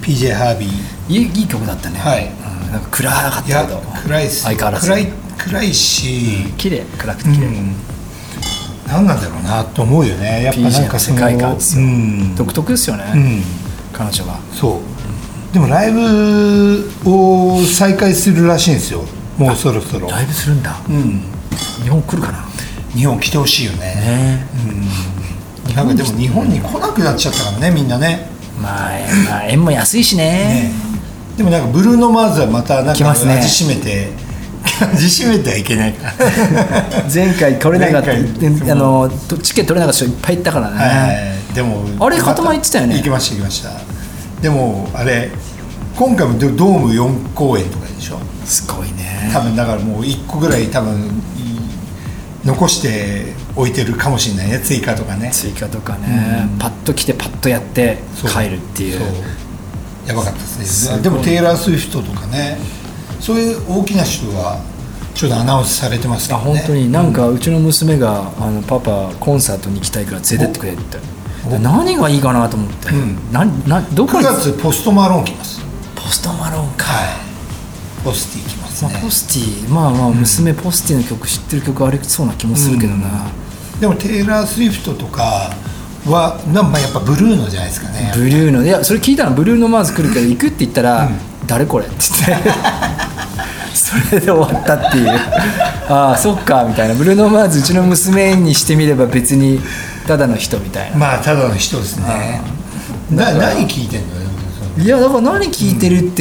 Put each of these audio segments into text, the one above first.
PJ ハービーいい曲だったね。 はい、 なんか暗かったけど、 暗いっす。 相変わらず暗いし、 綺麗、暗くて綺麗、 何なんだろうなと思うよね。やっぱなんか世界観ですよ、独特ですよね、彼女は。 そう、でもライブを再開するらしいんですよ、もうそろそろ。 ライブするんだ。日本来るかな。 日本来てほしいよね。なんかでも日本に来なくなっちゃったからね、みんなね。 まあ円も安いしね。 でもなんかブルーノ・マーズはまたなんか味しめてはいけないから前回取れなかったチケット取れなかった人いっぱい行ったからね。 でもあれ片間行ってたよね。 行きました。でもあれ今回もドーム4公演とかでしょ。 すごいね。 多分だからもう1個ぐらい多分残して置いてるかもしれないね、追加とかね。 パッと来てパッとやって帰るっていう。 やばかったですね。でもテイラー・スウィフトとかね、そういう大きな人はちょっとアナウンスされてますけどね。 本当になんかうちの娘がパパコンサートに行きたいから連れてってくれって。何がいいかなと思って、どこに。 9月ポストマローン来ます。 ポストマローンか。 ポスティ来ますね。 ポスティ、娘ポスティの曲知ってる曲ありそうな気もするけどな。 でもテイラー・スウィフトとかはやっぱブルーノじゃないですかね。 ブルーノ、いやそれ聞いたの。ブルーノ・マーズ来るけど行くって言ったら、誰これって言ってそれで終わったっていうああそっかみたいな。ブルーノ・マーズうちの娘にしてみれば別にただの人みたいな。 ただの人ですね。何聞いてんのよ。 いやだから何聞いてるって、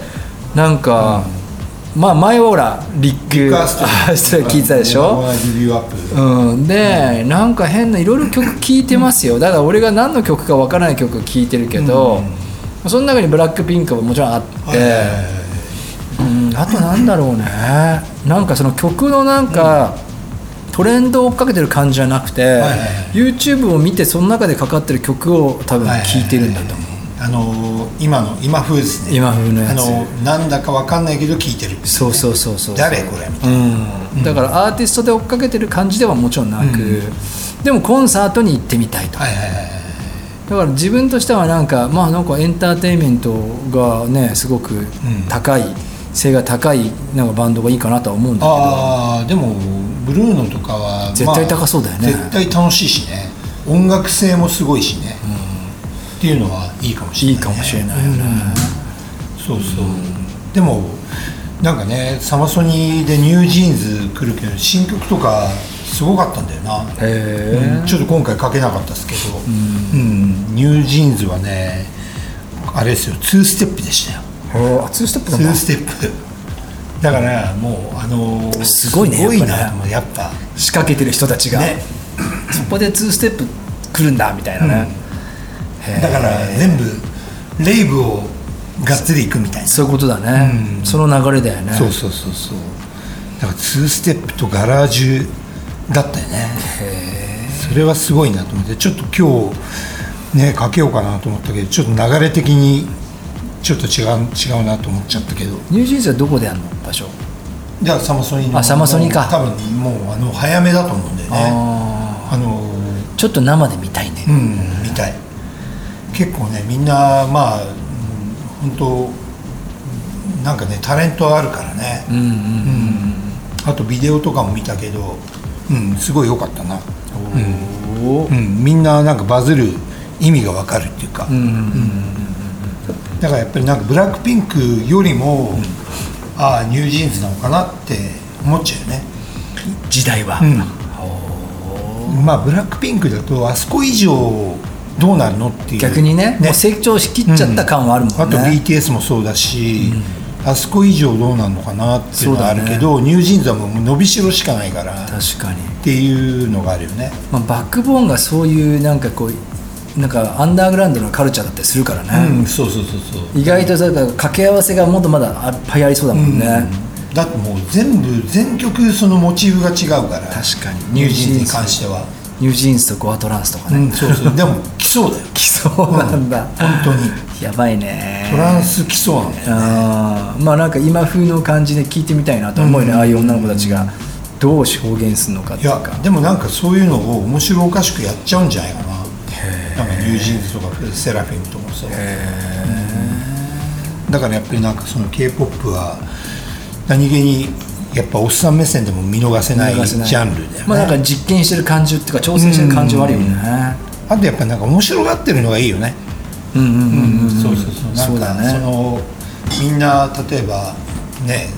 なんか、前はほらリックアストラ聞いてたでしょ。でなんか変ないろいろ曲聴いてますよ。だから俺が何の曲かわからない曲聴いてるけど、その中にブラックピンクももちろんあって、あとなんだろうね、なんかその曲のなんか、トレンドを追っかけてる感じじゃなくて、YouTube を見てその中でかかってる曲を多分聴いてるんだと思う。 今風ですね。 今風のやつ。 なんだかわかんないけど聴いてる、ね、 そう誰これみたいな、 だからアーティストで追っかけてる感じではもちろんなく、でもコンサートに行ってみたいと。だから自分としてはなんかエンターテインメントがねすごく高い、性が高いなんかバンドがいいかなとは思うんだけど。 でもブルーノとかは絶対高そうだよね。 絶対楽しいしね、音楽性もすごいしね、っていうのはいいかもしれない、ね、 いいかもしれないよね、 でもなんかねサマソニでニュージーンズ来るけど新曲とかすごかったんだよな。ちょっと今回書けなかったですけど、ニュージーンズはねあれですよ、2ステップでしたよ。 2ステップなんだ。 2ステップだからもうすごいね、 やっぱ仕掛けてる人たちが、そこで2ステップ来るんだみたいなね、 だから全部レイブをがっつりいくみたいな、 そういうことだね、その流れだよね。 そうだから2ステップとガラージュだったよね。それはすごいなと思って、ちょっと今日ねかけようかなと思ったけど、ちょっと流れ的にちょっと違うなと思っちゃったけど。 ニュージーンズはどこでやるの場所？ じゃあサマソニの。 サマソニか。 多分もう早めだと思うんだよね。 ちょっと生で見たいね。 見たい。結構ねみんな本当なんかねタレントあるからね。あとビデオとかも見たけど、すごい良かったな。みんななんかバズる意味が分かるっていうか。だからやっぱりなんかブラックピンクよりも、ニュージーンズなのかなって思っちゃうよね、 時代は。 ブラックピンクだとあそこ以上どうなるのっていう、 逆にねもう成長しきっちゃった感はあるもんね。 あと BTS もそうだし、あそこ以上どうなるのかなっていうのがあるけど、ニュージーンズはもう伸びしろしかないから。 確かにっていうのがあるよね。 バックボーンがそういうなんかなんかアンダーグラウンドのカルチャーだったりするからね。意外と掛け合わせがもっとまだいっぱいありそうだもんね。 だってもう全曲そのモチーフが違うから。 確かにニュージーンズに関してはニュージーンズとゴアトランスとかね。 でも来そうだよ。 来そうなんだ、 本当にやばいね。 トランス来そうなんだよね。 なんか今風の感じで聞いてみたいなと思うね、ああいう女の子たちがどう表現するのかっていうか。 でもなんかそういうのを面白おかしくやっちゃうんじゃないかな。なんかニュージーンズとかセラフィムとかさ。 だからやっぱりなんかその K-POP は何気にやっぱおっさん目線でも見逃せないジャンルだよね。 まあなんか実験してる感じっていうか挑戦してる感じはあるよね。 あとやっぱなんか面白がってるのがいいよね。そうそうそう。なんかそのみんな例えばね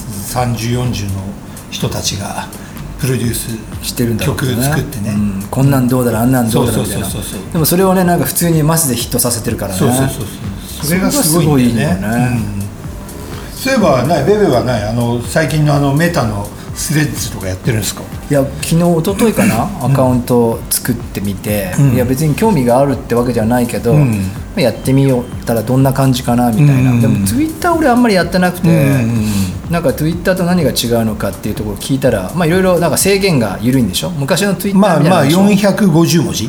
30、40の人たちがプロデュースしてるんだろうね、 曲作ってね、 こんなんどうだろうあんなんどうだろうみたいな。でもそれをねなんか普通にマスでヒットさせてるからね。 そうそれがすごいんだよね。そういえばベベは最近のメタのスレッズとかやってるんですか？ いや昨日一昨日かなアカウント作ってみて、いや別に興味があるってわけじゃないけど、やってみようったらどんな感じかなみたいな、でもツイッター俺あんまりやってなくて、なんかツイッターと何が違うのかっていうところを聞いたら、まあいろいろなんか制限が緩いんでしょ昔のツイッターみたいなでしょ。 450文字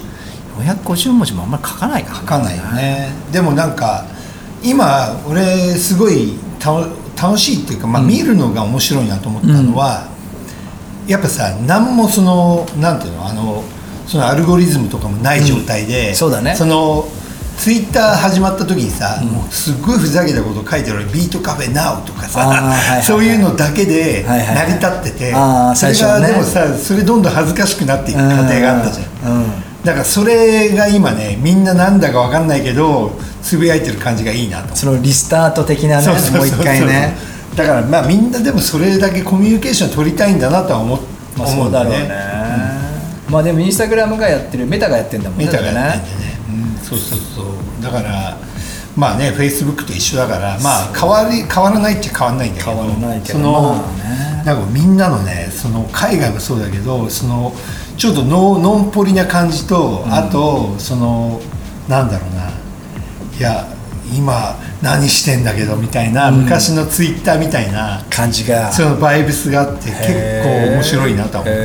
450文字もあんまり書かないから書かないよね。でもなんか今俺すごい楽しいっていうか、見るのが面白いなと思ったのは、やっぱさ何もそのなんていうのそのアルゴリズムとかもない状態で、 そうだね、 そのツイッター始まった時にさ、もうすっごいふざけたこと書いてるのにビートカフェナウとかさ、そういうのだけで成り立ってて、それがでもさそれどんどん恥ずかしくなっていく過程があったじゃん。だからそれが今ねみんななんだか分かんないけどつぶやいてる感じがいいなと。 そのリスタート的なね、もう一回ね。 だからみんなでもそれだけコミュニケーション取りたいんだなとは思うんだね。 まあでもインスタグラムがやってるメタがやってるんだもんね。 メタがやってんでね。そうだからまあねフェイスブックと一緒だから変わらないっちゃ変わらないんだけど、 変わらないけどなんかみんなのねその海外もそうだけどそのちょっとのんぽりな感じと、あとそのなんだろうな、いや今何してんだけどみたいな、昔のツイッターみたいな感じがそのバイブスがあって結構面白いなと思って、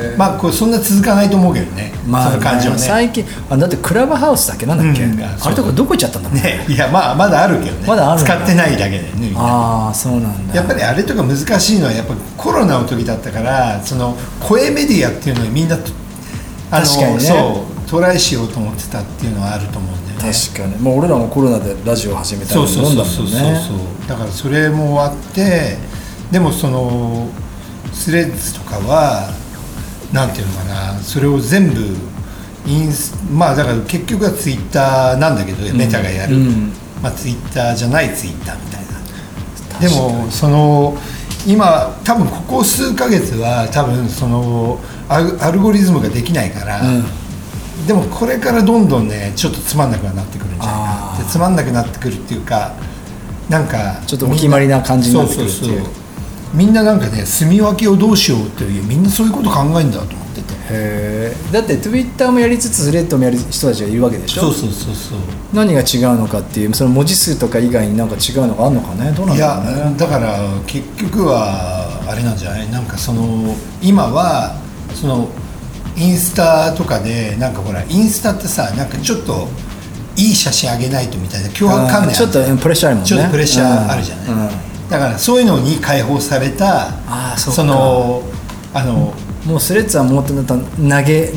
これそんな続かないと思うけどね、その感じはね。 最近だってクラブハウスだっけなんだっけ、あれとかどこ行っちゃったんだろうね。 いやまだあるけどね、 まだある、 使ってないだけでね。 ああそうなんだ。 やっぱりあれとか難しいのはやっぱコロナの時だったから、その声メディアっていうのにみんな確かにね、 そうトライしようと思ってたっていうのはあると思うんだよね。 確かに、もう俺らもコロナでラジオ始めたりもんだもんね。 だからそれもあって、でもそのスレッズとかはなんていうのかな、それを全部だから結局はツイッターなんだけど、メタがやる、ツイッターじゃないツイッターみたいな。でもその今多分ここ数ヶ月は多分そのアルゴリズムができないから、でもこれからどんどんねちょっとつまんなくなってくるんじゃないかなって。つまんなくなってくるっていうか、なんかちょっとお決まりな感じになってくるっていう。 みんななんかね住み分けをどうしようっていう、みんなそういうこと考えるんだと思ってて。 だってツイッターもやりつつスレッドもやる人たちがいるわけでしょ。 そう何が違うのかっていう、その文字数とか以外に何か違うのがあるのかね。どうなんだろうね。 いやだから結局はあれなんじゃない、なんかその今はそのインスタとかでなんかほらインスタってさ、なんかちょっといい写真あげないとみたいな脅迫観念ちょっとプレッシャーあるもんね。 ちょっとプレッシャーあるじゃない、だからそういうのに解放された、そのもうスレッズはもっと投げっ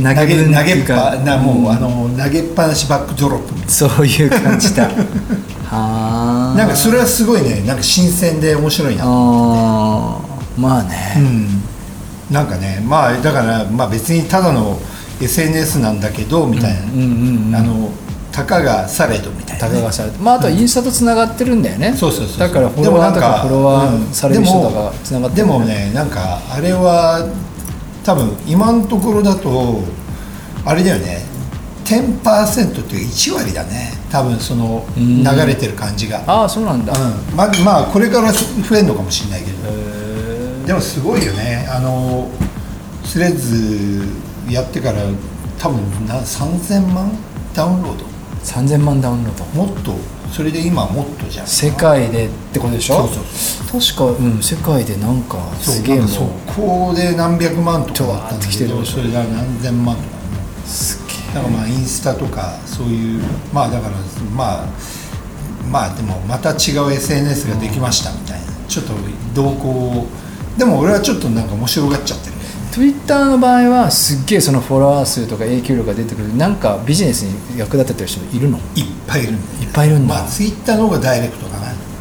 ぱなしバックドロップみたいな、 そういう感じだ。 なんかそれはすごいね、なんか新鮮で面白いなと思ってて。 まあね、 なんかね、だから別にただの SNS なんだけどみたいな、たかがされどみたいな、 たかがされど、あとはインスタとつながってるんだよね。 そうだからフォロワーとかフォロワーされる人とかつながってる。 でもね、なんかあれは多分今のところだとあれだよね、10% っていう1割だね、多分その流れてる感じが。 そうなんだ。 これから増えるのかもしれないけど、でもすごいよね。スレッズやってから多分3000万ダウンロード、 3000万ダウンロード、 もっと、それで今もっとじゃん、 世界でってことでしょ。確か、世界でなんかすげえ、もうそこで何百万とかだったんだけど、それが何千万とか、 すげえ。 だからインスタとかそういうだからでもまた違う SNS ができましたみたいな、ちょっと動向でも俺はちょっとなんか面白がっちゃってる。 Twitter の場合はすっげえそのフォロワー数とか影響力が出てくる、なんかビジネスに役立ててる人いるの？ いっぱいいるんだよ、 いっぱいいるんだ。 Twitter の方がダイレクトかな。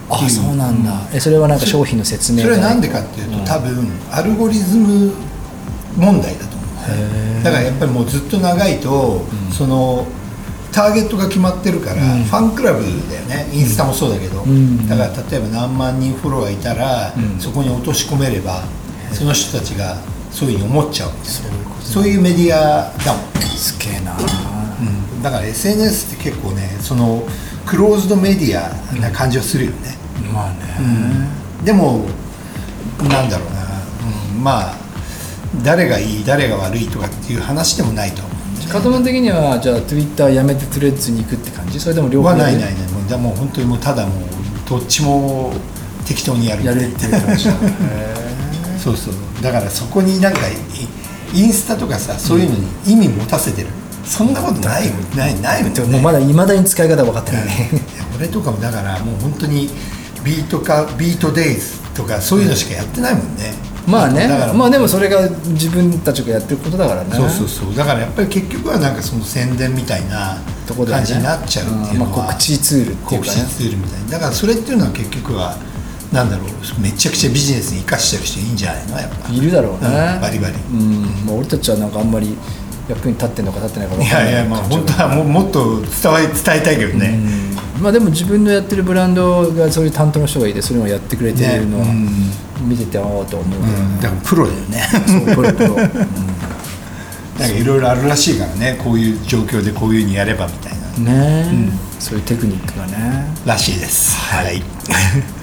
あ、そうなんだ。それはなんか商品の説明それはなんでかっていうと、多分アルゴリズム問題だと思う。だからやっぱりもうずっと長いと、そのターゲットが決まってるから、ファンクラブだよね。インスタもそうだけど、だから例えば何万人フォロワーいたら、そこに落とし込めればその人たちがそういうふうに思っちゃう。そういうメディアだもん。 すげえな、 だから SNS って結構ね、そのクローズドメディアな感じはするよね。 まあね、 でもなんだろうな、まあ誰がいい誰が悪いとかっていう話でもないと思う。 カトマン的にはじゃあ Twitter やめてトレッズに行くって感じ？それでも両方ないもう本当にもうただもうどっちも適当にやるっていう感じだそうだからそこになんかインスタとかさ、そういうのに意味持たせてる、そんなことないもんね。 もうまだいまだに使い方分かってない俺とかもだからもう本当にビートデイズとかそういうのしかやってないもんね。 まあね、まあでもそれが自分たちがやってることだからね。 そうだからやっぱり結局はなんかその宣伝みたいな感じになっちゃうっていうのは、 告知ツールっていうかね、 告知ツールみたいな。だからそれっていうのは結局はなんだろう、めちゃくちゃビジネスに生かしてる人いいんじゃないの、やっぱいるだろうね、 バリバリ。 まあ、俺たちはなんかあんまり役に立ってるのか立ってないか分からない。 いやまあ本当はもっと伝えたいけどね。 まあでも自分のやってるブランドがそういう担当の人がいて、それをやってくれてるのは見ててと思うけど、 だからプロだよね。 そうプロなんかいろいろあるらしいからね、こういう状況でこういう風にやればみたいなね、そういうテクニックがねらしいです。はい